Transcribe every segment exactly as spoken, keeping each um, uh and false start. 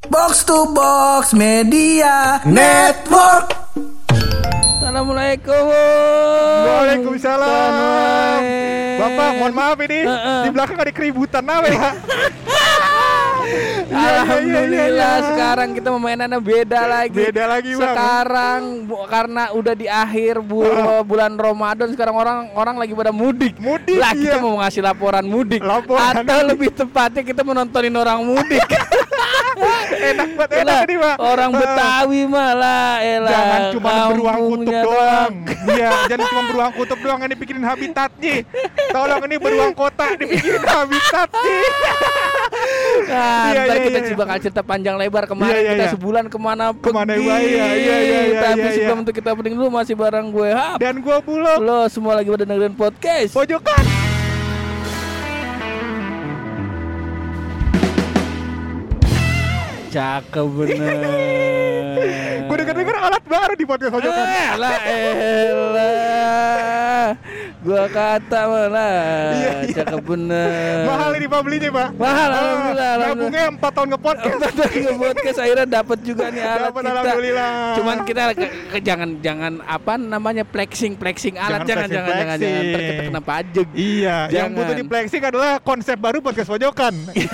Box to Box Media Network. Assalamualaikum. Waalaikumsalam. Bapak, mohon maaf ini uh-uh. di belakang ada keributan apa ya? Alhamdulillah sekarang kita mainannya beda lagi. Beda lagi bang. Sekarang bu, karena udah di akhir bu, uh. bulan Ramadan, sekarang orang orang lagi pada mudik. Mudik. Lah kita iya. mau ngasih laporan mudik. Laporan Atau mudik. Lebih tepatnya kita menontonin orang mudik. Enak banget, enak nih Pak. Orang Betawi malah elah. Jangan cuma beruang kutub doang. Iya, jangan cuma beruang kutub doang yang dibikinin habitatnya. Tolong ini beruang kota dibikinin habitatnya. Nah, iya, ntar iya, kita iya. bakal cerita panjang lebar kemarin iya, iya, kita iya. sebulan kemana Kemana pergi. iya, iya, iya, iya, Tapi iya, sebelum iya. untuk kita pening dulu masih bareng gue Hap. Dan gue Bulog. Lo semua lagi pada dengerin podcast Pojokan. Cakep bener. Gue denger-denger alat baru di podcast Pojokan. Elah elah. Gua kata malah. Iya, iya. Cakep bener. Mahal ini Pak belinya Pak. Mahal, alhamdulillah, alhamdulillah. Nabungnya empat tahun nge-podcast. Empat tahun nge-podcast akhirnya dapat juga nih alat Dapat, kita. alhamdulillah. Cuman kita ke, ke, jangan jangan apa namanya flexing flexing alat Jangan jangan jangan jangan flexing. jangan ntar kita kena pajak. Iya, yang Jangan. butuh di flexing adalah konsep baru podcast Pojokan.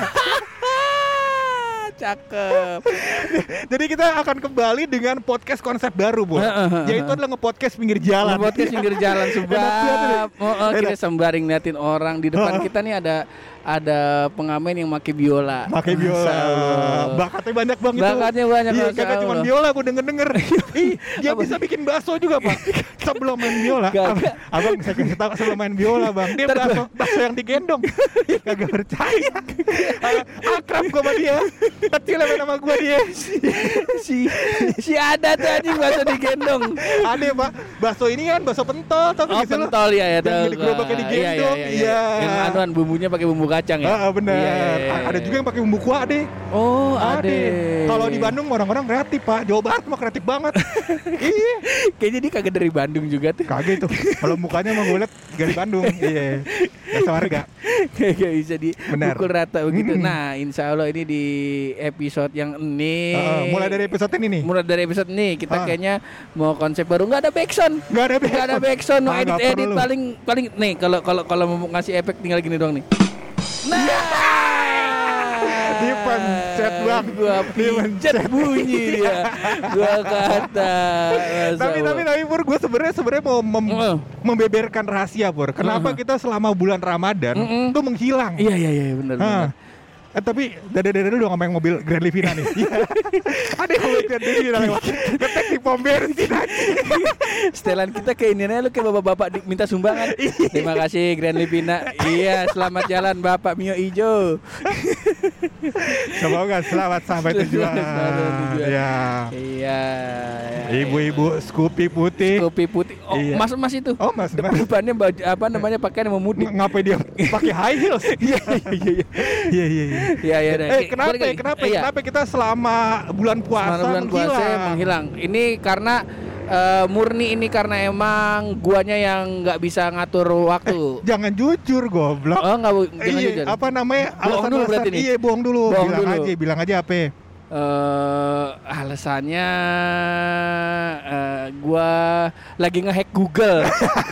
Cakep. Jadi kita akan kembali dengan podcast konsep baru, Bu. Yaitu adalah nge-podcast pinggir jalan. Podcast pinggir jalan Enak banget sebab. nih. Oh, oh, kita Enak. sembaring ngeliatin orang di depan kita nih ada ada pengamen yang pakai biola. Pakai biola. Masya Allah. Bakatnya banyak bang itu. Bakatnya banyak, Iya, Masya kagak cuma Allah. biola, gue denger-denger. Ih, dia Apa? bisa bikin bakso juga, Pak. Sebelum main biola. Kagak. Abang saya kasih tahu sebelum main biola, Bang. Dia Ntar gua- bakso, bakso yang digendong. Ih, kagak percaya. Akrab gue sama dia. Kecil sama nama gue dia. si si ada tuh anjing bakso digendong. Ada, Pak. Bakso ini kan bakso pentol, tapi Oh gitu loh. pentol ya ya Yang tahu. di gerobaknya gua. digendong. Iya, iya, iya, Iya. iya. Yang anuan bumbunya pakai bumbu kacang ya. Ah, benar. Iya, iya, iya, Ada iya. juga yang pakai bumbu kuah deh. Oh ada. Kalau di Bandung orang-orang kreatif, Pak. Jawa Barat mah kreatif banget. Iya. Kayaknya dia kagak dari Bandung juga tuh. Kagak itu. Kalau mukanya mah gue liat dari Bandung. Iya. Biasa warga. Kagak bisa Benar. dipukul rata begitu. Mm-mm. Nah, insya Allah ini di episode yang ini. Uh, mulai dari episode ini nih. Mulai dari episode ini kita Ah. kayaknya mau konsep baru, nggak ada backsound. Nggak ada Nggak ada backsound, mau Ah, nggak edit edit perlu. paling paling nih kalau kalau kalau mau ngasih efek tinggal gini doang nih. Nah. Dipencet, Bang. Gua pencet Dipencet. bunyi dia. Gua kata. Masya Tapi tapi Allah. tapi Pur, gue sebenarnya sebenarnya mau mem- Uh. membeberkan rahasia, Pur. Kenapa Uh-huh. kita selama bulan Ramadan Mm-mm. tuh menghilang? Iya iya iya benar Hah. benar. Eh, tapi dada-dada dulu sama yang mobil Grand Livina nih. Iya. Ada yang mobil Grand Livina lewat. Ngetek di pom bensin aja. Setelan kita ke ini lu kayak bapak-bapak di- minta sumbangan. Terima kasih Grand Livina. Iya, selamat jalan Bapak Mio Ijo. Semoga selamat sampai tujuan. Selamat sampai tujuan. Ya. Iya. Ibu-ibu Scoopy putih. Kopi putih. Oh, Iya. Mas Mas itu. Oh, Mas, Mas. Depannya baju apa namanya pakaian mau mudik. Ng- Ngapain dia pakai high heels? Iya iya iya. Iya iya iya. Iya iya. Eh kenapa ya, kenapa ya, kenapa kita selama bulan puasa Selama bulan menghilang? puasa menghilang. Ini karena eh, murni ini karena emang guanya yang nggak bisa ngatur waktu. Jangan jujur goblok. Oh nggak bu- jangan Iya, jujur. apa namanya? Bohong dulu berarti nih? Iya, bohong dulu. Bohong bilang dulu. aja, bilang aja apa? Eh alasannya eh, gua lagi ngehack Google.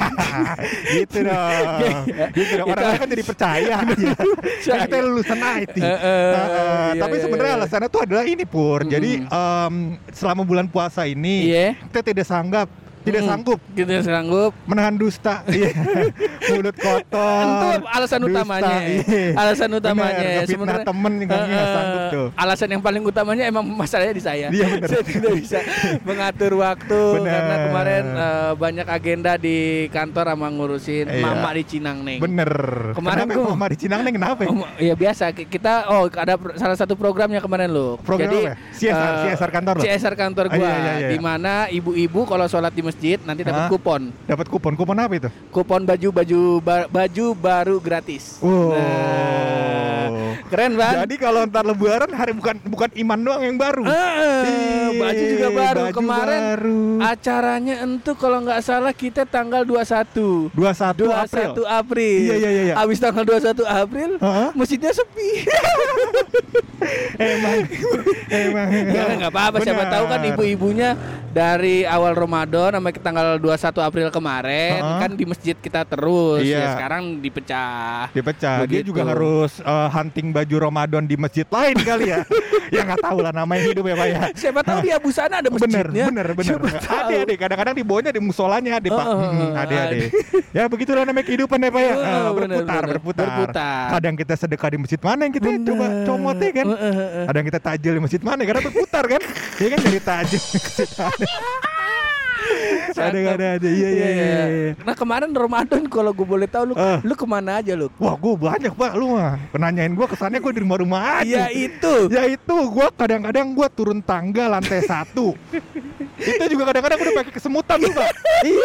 Gitu dong. Gitu dong. Orang-orang kan jadi percaya. Ya. Kita lulusan I T. Eh, eh, Heeh, iya, Tapi iya, sebenarnya iya. alasannya tuh adalah ini Pur. Jadi em, selama bulan puasa ini Iya. kita tidak sanggap, tidak Mm, sanggup Kita sanggup. menahan dusta. Iya. Mulut kotor. Itu alasan dusta, utamanya. iya. Alasan utamanya. Bener, ngefitnah Sebenarnya- temen nggak Eh, nggak sanggup tuh. Alasan yang paling utamanya emang masalahnya di saya. Iya, bener. Saya tidak bisa mengatur waktu Bener. karena kemarin eh, banyak agenda di kantor sama ngurusin Iya. mama di Cinangneng. Bener. Kemarin Kenapa gua- Mama di Cinangneng kenapa? Oh, iya biasa Ki- kita oh ada pr- salah satu programnya kemarin loh. Program Jadi apa? C S R, eh, C S R kantor lo? C S R kantor Oh, gua iya, iya, iya. di mana ibu-ibu kalau sholat di masjid nanti dapat Hah? kupon. Dapat kupon. Kupon apa itu? Kupon baju baju ba- baju baru gratis. Wow. Nah, keren Bang. Jadi kalau ntar lebaran hari bukan bukan iman doang yang baru. Eh, baju juga Ih, baru. baju Kemarin baru. acaranya entu kalau nggak salah kita tanggal dua puluh satu. dua puluh satu dua puluh April. satu April. Iya, iya, iya, iya. Habis tanggal dua puluh satu April, Heeh. masjidnya sepi. emang emang Ya nggak apa-apa, siapa tahu kan ibu-ibunya dari awal Ramadan sampai ke tanggal dua puluh satu April kemarin uh-huh. kan di masjid kita terus. Iya. Ya sekarang dipecah. Dipecah. Dia Begitu. juga harus uh, hunting baju Ramadan di masjid lain kali ya. Ya nggak tahu lah, namanya hidup ya Pak ya. Siapa tahu di Abu Sana ada masjidnya. Bener, bener, bener. Siapa tahu. Ada, ada. Kadang-kadang di bawahnya di musolanya ada Pak. Uh, uh, Hmm, ada, ada. Ya begitulah namanya kehidupan ya Pak ya. Uh, Uh, bener, berputar, bener. berputar, Berputar. Kadang kita sedekah di masjid mana yang kita Bener. coba comot ya kan. Uh, uh, uh. Kadang kita takjil di masjid mana karena berputar kan. Ya kan dari takjil ke masjid mana. Ada ada ada iya iya iya. Nah kemarin Ramadan kalau gue boleh tahu lu Uh. lu kemana aja lu? Wah gue banyak Pak, lu mah penanyain gue kesannya gue di rumah-rumah aja. Ya itu. Ya itu gue kadang-kadang gue turun tangga lantai satu. Itu juga kadang-kadang gue udah pakai kesemutan tuh Pak. Iya.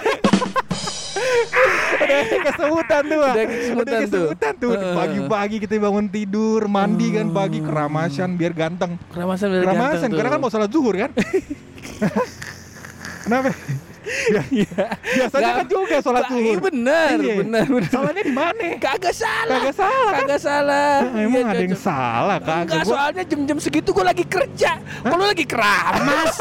Udah kesemutan tuh Pak. Udah kesemutan Udah kesemutan tuh. tuh. Pagi-pagi kita bangun tidur, mandi kan pagi, keramasan biar ganteng. Keramasan dari Keramasan ganteng karena kan tuh. mau sholat zuhur kan. Kenapa? Ya, biasanya Nggak- kan juga sholat Ba- zuhur. Iya benar, Iya. benar, benar. Salahnya di mana? Kagak salah. Kagak salah kan? Kagak salah. Nah, emang Iya, ada yang cocok. salah kagak? Enggak, Gua- soalnya jam-jam segitu gue lagi kerja. Kalau lagi keramas.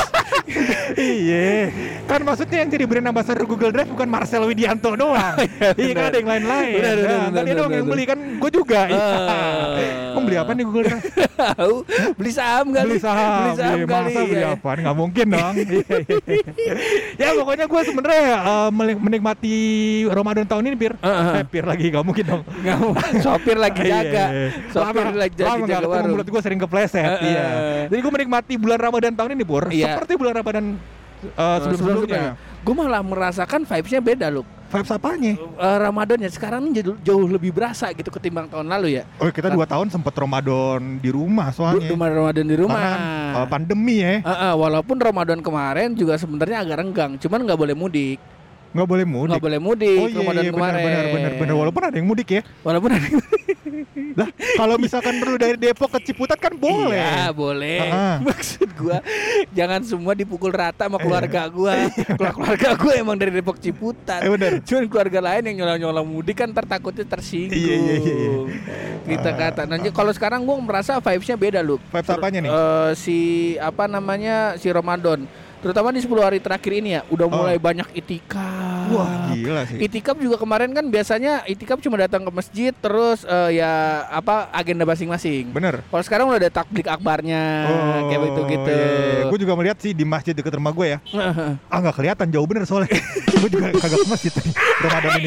Iya, kan maksudnya yang jadi brand ambassador Google Drive bukan Marcel Widianto doang. Iya kan ada yang lain-lain. Benar, benar, Nah, benar, kan dia doang benar, yang benar. beli kan gue juga. Iya. Ah. Kamu beli apa nih Google Drive? Tahu, beli saham kali. Beli saham. Beli saham Iya, kali. masa beli ya. apa? Nggak mungkin dong. Iya, iya, iya. Ya pokoknya gue sebenarnya uh, menik- menikmati Ramadan tahun ini Pir. Uh, uh. Eh, Pir lagi nggak mungkin dong. Nggak mau. Sopir lagi jaga. Iya, iya. Sopir Lama- lagi jaga, lama nggak jaga ketemu, warung. mulut gue sering kepleset. Eh, Iya. eh. Jadi gue menikmati bulan Ramadan tahun ini Pur. Iya. Seperti bulan Ramadan uh, sebelum-sebelumnya. Gue malah merasakan vibes-nya beda loh. Vibes apanya? Uh, Ramadannya sekarang jauh, jauh lebih berasa gitu ketimbang tahun lalu ya. Oh kita dua tahun sempat Ramadan di rumah soalnya. Rumah Ramadan di rumah. Karena kan, uh, pandemi ya. Uh, uh, walaupun Ramadan kemarin juga sebenarnya agak renggang, cuman nggak boleh mudik. Nggak boleh mudik. Nggak boleh mudik Oh iya, Ramadan iya benar, kemarin. benar benar benar walaupun ada yang mudik ya. Walaupun ada yang Lah kalau misalkan perlu dari Depok ke Ciputat kan boleh. Iya boleh. Uh-huh. Maksud gua jangan semua dipukul rata sama keluarga gua. Keluarga keluarga gua emang dari Depok Ciputat. Eh, benar. Cuman keluarga lain yang nyolong-nyolong mudik kan ntar takutnya tersinggung. Iya, iya, iya, iya. Kita kata. Nanti kalau sekarang gua merasa vibes-nya beda loh. Vibes apanya nih? Eh, si apa namanya si Ramadan. Terutama di sepuluh hari terakhir ini ya, udah Oh. mulai banyak itikaf. Wah gila sih. Itikaf juga kemarin kan biasanya itikaf cuma datang ke masjid terus eh, ya apa agenda masing-masing. Bener. Kalau sekarang udah ada takbik akbarnya kayak begitu gitu. Gue juga melihat sih di masjid dekat rumah gue ya. Ah nggak kelihatan jauh bener soalnya. Gue juga kagak ke masjid tadi Ramadan ini.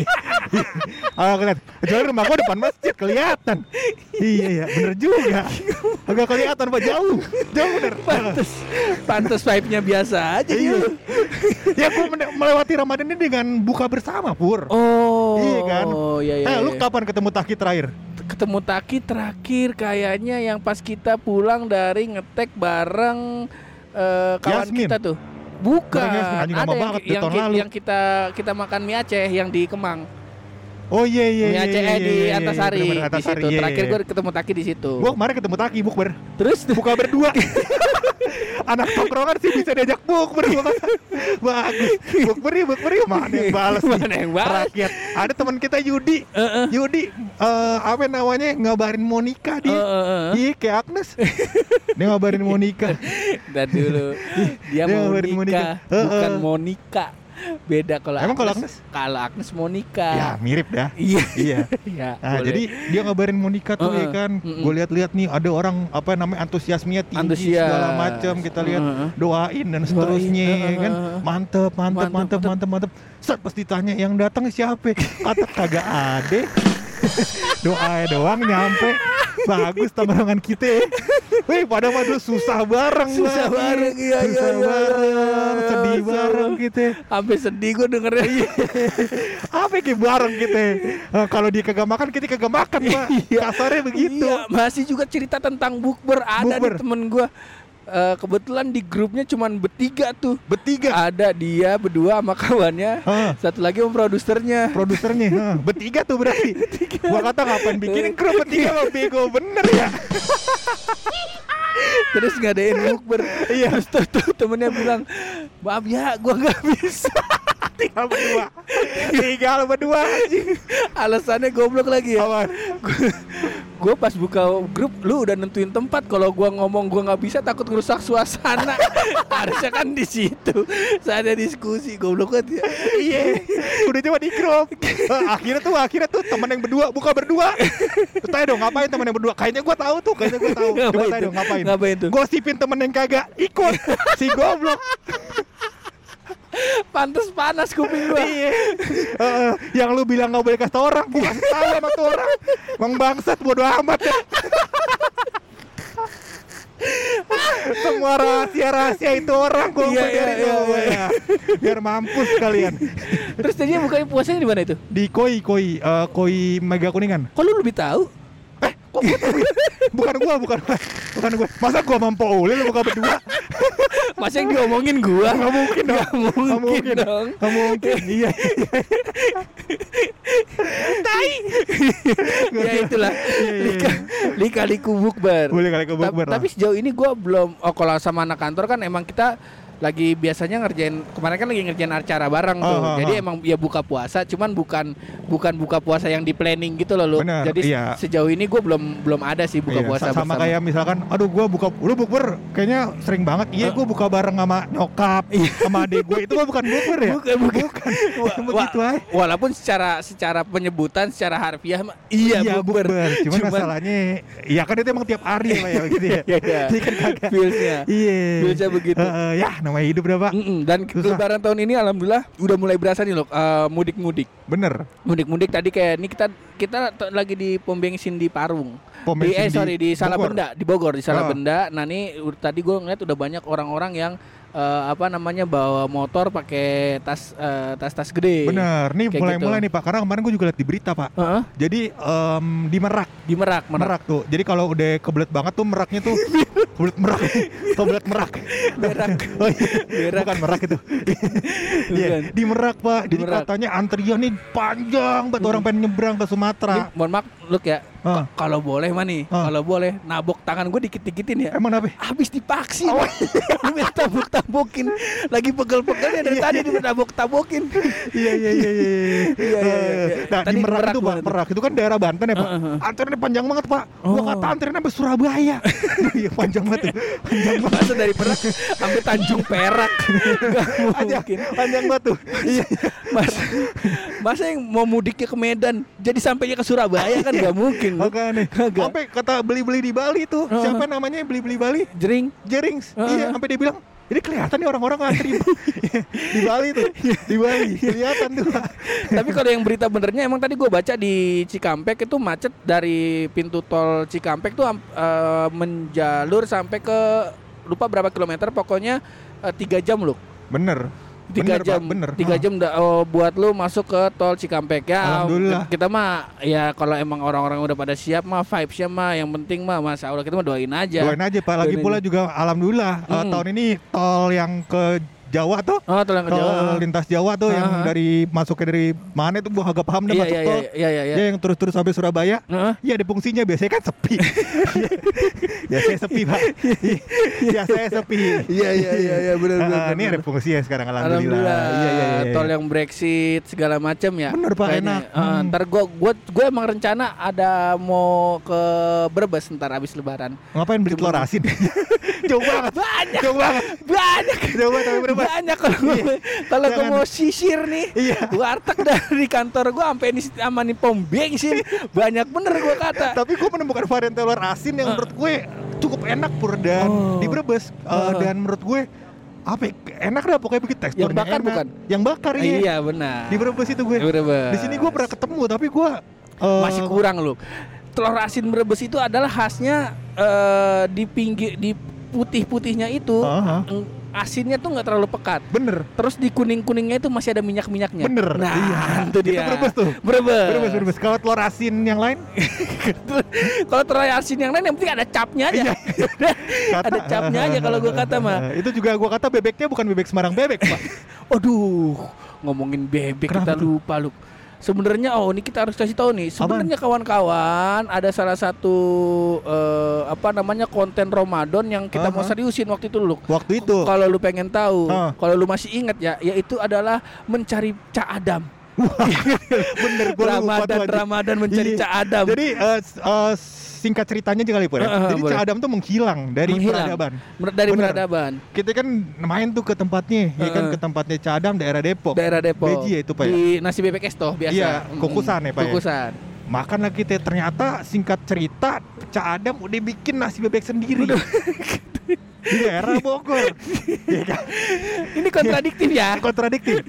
Ah kelihatan. Kecuali rumah gue depan masjid kelihatan. Iya ya bener juga. Agak kelihatan pak jauh. Jauh bener. Pantes, pantes vibe-nya biasa aja Iya. gitu. Ya gue melewati Ramadan ini dengan buka bersama Pur. Oh. Iya kan. Oh iya iya. Eh lu iya. kapan ketemu Taki terakhir? Ketemu Taki terakhir kayaknya yang pas kita pulang dari ngetek bareng eh, kawan Yasmin. kita tuh. Bukan. Bareng Yasmin, anjing, lama Ada yang, banget, yang, tahun ki- lalu. yang kita kita makan mie Aceh yang di Kemang. Oh iya iya Mie iya. Aceh iya, di iya, iya, Antasari bener-bener di Antasari, situ. iya, Terakhir iya. gue ketemu Taki di situ. Gue kemarin ketemu Taki bukber. Terus Buka berdua. Anak tongkrongan sih bisa diajak bukber. Gua kata, bagus. Bukber ya bukber ya. Mana yang balas nih? Mana yang balas? Rakyat. Ada teman kita Yudi. Heeh. Yudi eh, apa namanya ngabarin mau nikah dia. Heeh, heeh. Iya kayak Agnes. Dia ngabarin mau nikah. Dan dulu dia, Dia mau ngabarin mau nikah, nikah. bukan Heeh. mau nikah. Beda kalau Emang kalau Agnes? Kalau Agnes mau nikah. Ya mirip dah. Iya. Iya. Iya. Nah, boleh. jadi dia ngabarin mau nikah tuh Heeh. ya kan. Mm-mm. Gue lihat-lihat nih ada orang apa namanya antusiasmenya tinggi Antusias. segala macam kita lihat Heeh. doain dan seterusnya Doain. ya kan. Heeh. Mantep, mantep, Mantep, mantep, mantep, mantep. Set pas ditanya yang datang siapa? Kata kagak ada. Doa doang nyampe. Bagus tongkrongan kita. Wih, pada madu susah bareng. Susah lagi. bareng, iya, iya, Susah iya, bareng, iya. sedih Susah. bareng kita. Sampai sedih gue dengernya. Apa yang bareng kita? Eh, kalau dia kagak makan, kita kagak makan, Pak. Kasarnya begitu. Iya, masih juga cerita tentang bukber. Ada Bukber. nih temen gue. Eh, kebetulan di grupnya cuman bertiga tuh. Bertiga. Ada dia berdua sama kawannya. Hah. Satu lagi sama produsernya. Produsernya, hah, bertiga tuh berarti. Gua kata ngapain bikinin grup bertiga mah bego bener ya. Terus ngadain bukber. Iya. Terus tuh, tuh temennya bilang, maaf ya, gua nggak bisa. Tinggal berdua. Tinggal berdua anjing. Alasannya goblok lagi ya. Aman. Gue pas buka grup, lu udah nentuin tempat. Kalau gue ngomong gue nggak bisa, takut ngerusak suasana. Harusnya kan di situ. Saya ada diskusi, goblok banget ya. Iya. Udah coba di grup. Eh, akhirnya tuh, akhirnya tuh teman yang berdua buka berdua. Tanya dong ngapain teman yang berdua? Kayaknya gue tahu tuh, kayaknya gue tahu. Coba tanya dong ngapain? Ngapain tuh? Gosipin temen yang kagak ikut. Si goblok. Pantes panas kuping gue. Iya. Uh, yang lu bilang nggak boleh kasih tau orang, gua kasih tahu sama tuh orang. Bang bangsat bodo amat ya. Semua rahasia-rahasia itu orang gua Iya, biarin iya, lo, iya. ya. Biar mampus kalian. Terus tadinya bukanya puasanya di mana itu? Di koi koi uh, koi Mega Kuningan. Kok lu lebih tahu? Eh, kok gua tahu ya? Bukan gua, bukan gua. Bukan gua. Masa gua mampu oleh lu buka berdua? Masa yang diomongin gua? Nggak mungkin dong. Nggak mungkin, Nggak mungkin dong. Nggak mungkin. Iya. Tai. Ya itulah. Iya, iya, Lika, lika liku bukber. Boleh kali ke Ta- bukber lah. Tapi sejauh ini gua belum. Oh, kalau sama anak kantor kan emang kita lagi biasanya ngerjain, kemarin kan lagi ngerjain acara bareng tuh. Oh, oh, Jadi oh. emang ya buka puasa, cuman bukan bukan buka puasa yang di planning gitu loh lu. Bener, Jadi iya. sejauh ini gue belum belum ada sih buka Iya, puasa sama bersama. kayak misalkan, aduh gue buka, lu bukber kayaknya sering banget. Iya, gue buka bareng sama nyokap, sama adik gue. Itu mah bukan bukber ya? Bukan, bukan. Wa- Begitu wa- aja. Walaupun secara secara penyebutan, secara harfiah mah iya, bukber. Cuman, masalahnya, iya kan itu emang tiap hari lah ya gitu ya. Iya, iya. Jadi kan kagak. Feels-nya. Iya. Feels-nya begitu. Eh, ya namanya hidup dah pak. Mm-mm. Dan Susah. lebaran tahun ini alhamdulillah udah mulai berasa nih loh, eh, mudik-mudik. Bener. Mudik-mudik tadi kayak ini kita kita t- lagi di pom bensin di Parung. Pom Di, eh bensin di sorry di Bogor. Salabenda, di Bogor, di Ah. Salabenda. Nah, ini u- tadi gue ngeliat udah banyak orang-orang yang eh, apa namanya bawa motor pakai tas eh, tas-tas gede. Bener. Nih Kayak mulai-mulai gitu. nih pak. Karena kemarin gue juga liat di berita pak. Heeh. Jadi em, di Merak. Di Merak, Merak. Merak tuh. Jadi kalau udah kebelet banget tuh meraknya tuh kebelet merak. Kebelet merak. Merak. Oh iya. Merak. Bukan merak itu. Iya, Bukan. di Merak Pak. Di Jadi Merak. katanya antrian nih panjang banget orang pengen nyebrang ke Ini, Sumatera. mohon maaf, look ya. Ah. K- Kalau boleh mah nih, Ah. kalau boleh nabok tangan gue dikit-dikitin ya. Emang apa? Habis dipaksin. Lu minta tabok-tabokin. Lagi pegel-pegelnya dari tadi ditabok-tabokin. Iya iya iya iya. Iya, iya, iya. Nah, Tadi di Merak, Merak itu Pak, mana tuh? Merak itu kan daerah Banten ya, Pak. Heeh, heeh. Antriannya panjang banget, Pak. Gua Oh. kata antriannya sampai Surabaya. Iya, panjang banget tuh. Panjang banget. Masa dari Perak sampai Tanjung Perak. Gak Panjang, mungkin. panjang banget tuh. Iya. Masa, masa yang mau mudiknya ke Medan jadi sampainya ke Surabaya kan gak mungkin. Lu. Makanya Kagak. sampai kata beli-beli di Bali tuh. Heeh. Siapa namanya yang beli-beli Bali? Jering. Jerings. Heeh. Iya, sampai dia bilang ini kelihatan nih orang-orang ngantri di Bali tuh, di Bali kelihatan tuh. Pak. Tapi kalau yang berita benernya emang tadi gue baca di Cikampek itu macet dari pintu tol Cikampek tuh am- eh, menjalur sampai ke lupa berapa kilometer, pokoknya eh, tiga jam loh. Bener. Tiga Bener, jam, Pak, bener. tiga Ah. jam dah, oh, buat lu masuk ke tol Cikampek ya. Alhamdulillah. Kita mah ya kalau emang orang-orang udah pada siap mah vibes-nya mah yang penting mah Masya Allah kita mah doain aja. Doain aja Pak. Lagi Doain pula aja. juga alhamdulillah eh, Mm. tahun ini tol yang ke Jawa tuh. Oh, tol yang ke Tol Jawa. lintas Jawa tuh yang Aha. dari masuknya dari mana itu gua agak paham dah Iya, masuk iya, tol. iya, iya, iya, iya. Ya yang terus-terus sampai Surabaya. Heeh. Iya ada fungsinya biasanya kan sepi. Biasanya sepi Pak. Biasanya sepi. Iya, iya, iya, iya, benar, benar, Ah, Ini benar. ada fungsinya sekarang alhamdulillah. Alhamdulillah. Iya iya iya. Tol yang Brexit segala macam ya. Bener, Pak, Kayaknya. enak. Eh, Hmm. Ntar gua gua gua emang rencana ada mau ke Brebes ntar abis Lebaran. Ngapain beli telur asin? Jauh banget. Banyak. Jauh banget. Banyak. Jauh banget tapi berapa? Banyak kalau gua kalau gua Jangan. mau sisir nih. Iya. Warteg dari kantor gua sampai ini sama nih pom bensin. Banyak bener gua kata. Tapi gue menemukan varian telur asin yang menurut gue cukup enak pur dan Oh. di Brebes. Eh, Oh. Dan menurut gue apa ya, enak dah pokoknya begitu teksturnya. Yang bakar enak. bukan? Yang bakar iya. Iya benar. Di Brebes itu gue. Brebes. Di sini gue pernah ketemu tapi gue eh, Masih kurang loh. Telur asin Brebes itu adalah khasnya eh, di pinggir di putih-putihnya itu Aha. eng- asinnya tuh nggak terlalu pekat. bener. Terus di kuning-kuningnya itu masih ada minyak-minyaknya. Bener. Nah, Iya. itu dia. Itu Brebes tuh. Brebes. Brebes, Brebes. Kalau telur asin yang lain Kalau telur asin yang lain yang penting ada capnya aja. Iya. Ada capnya aja kalau gua kata mah. Itu juga gue kata bebeknya bukan bebek Semarang bebek Pak. Aduh, ngomongin bebek Kenapa kita tuh? lupa lu. sebenarnya oh ini kita harus kasih tahu nih. Sebenarnya kawan-kawan ada salah satu uh, apa namanya konten Ramadan yang kita uh-huh. mau seriusin waktu itu lu. Waktu itu. Kalau lu pengen tahu, uh. kalau lu masih ingat ya, yaitu adalah mencari Cak Adam. Bener, gue Ramadan lupa Ramadan mencari Cak Adam. Jadi uh, uh, singkat ceritanya aja kali Pur ya. Uh, Jadi boleh. Cak Adam tuh menghilang dari menghilang. peradaban. Dari Bener. peradaban. Kita kan main tuh ke tempatnya, uh, ya kan ke tempatnya Cak Adam daerah Depok. Daerah Depok. Beji ya itu Pak ya. Di nasi bebek esto biasa. Iya, kukusan ya Pak. Kukusan. Ya? Makan lah kita, ternyata singkat cerita Cak Adam udah bikin nasi bebek sendiri. Di daerah Bogor. Ya kan? Ini kontradiktif ya. Kontradiktif.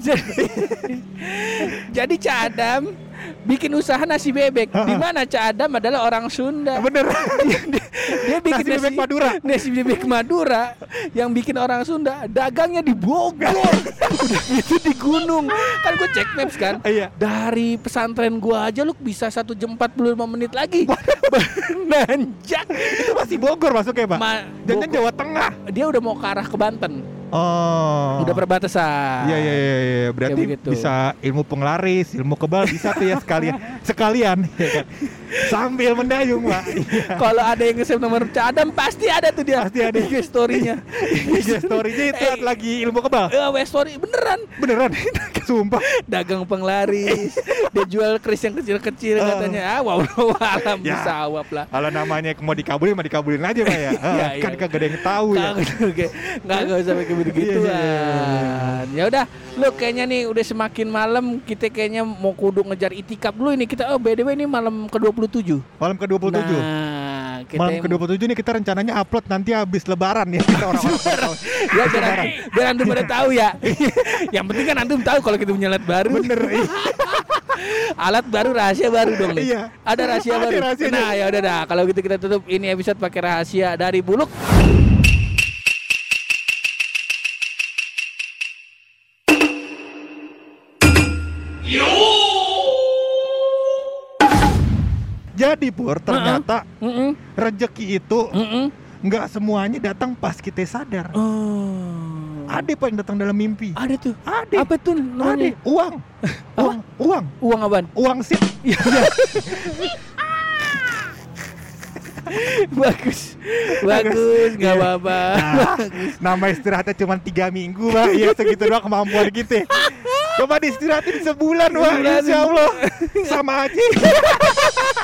Jadi Cak Adam bikin usaha nasi bebek, di mana Cak Adam adalah orang Sunda. Bener. dia, dia, dia bikin nasi bebek Madura. Nasi bebek Madura yang bikin orang Sunda, dagangnya di Bogor. Udah gitu di gunung. Kan gue cek maps kan. Iya. Dari pesantren gua aja lu bisa satu jam empat puluh lima menit lagi. Nanjak. Itu masih Bogor masuknya, Pak. Ma- Jangan Jawa Tengah. Dia udah mau ke arah ke Banten. Oh. Udah perbatasan. Iya iya iya iya. Berarti bisa ilmu penglaris, ilmu kebal bisa tuh ya sekalian. Sekalian ya kan. Sambil mendayung, Pak. Kalau ada yang nge-save nomor Cak Adam pasti ada tuh dia. Pasti ada I G story-nya. I G story-nya itu Eh, lagi ilmu kebal. Eh, W story beneran. Beneran. Sumpah. Dagang penglaris. Dia jual keris yang kecil-kecil katanya. Ah, wow, alam Ya. bisa awap lah. Kalau namanya mau dikabulin, mau dikabulin aja, Pak ya. Ah, Iya, kan iya. kagak ada yang tahu ya. Kagak nggak nggak usah kayak begituan. Ya udah, lu kayaknya nih udah semakin malam, kita kayaknya mau kudu ngejar itikaf dulu ini kita. Oh, by the way ini malam ke dua puluh tujuh. Malam ke dua puluh tujuh. Nah, kita Malam yang- ke dua puluh tujuh nih kita rencananya upload nanti habis lebaran ya kita orang-orang. ya biar, biar antum pada tahu ya. Yang penting kan antum tahu kalau kita punya alat baru. Bener. Alat baru rahasia baru dong nih. Iya. Ada rahasia Ada baru. rahasianya. Nah, ya udah dah. Kalau gitu kita tutup ini episode pakai rahasia dari Buluk. Jadi Pur, ternyata Mm-mm. rezeki itu Mm-mm. nggak semuanya datang pas kita sadar. Oh. Ada Pak yang datang dalam mimpi. Ada tuh. Ada. Apa tuh Ada. namanya? Uang. Uang. Uang. Uang apaan? Uang sip. Bagus. Bagus, enggak Iya. apa-apa. Nah, nama istirahatnya cuma tiga minggu, Pak. Iya segitu doang kemampuan kita. Coba diistirahatin sebulan, Pak. Sebulan. Insya Allah sama aja.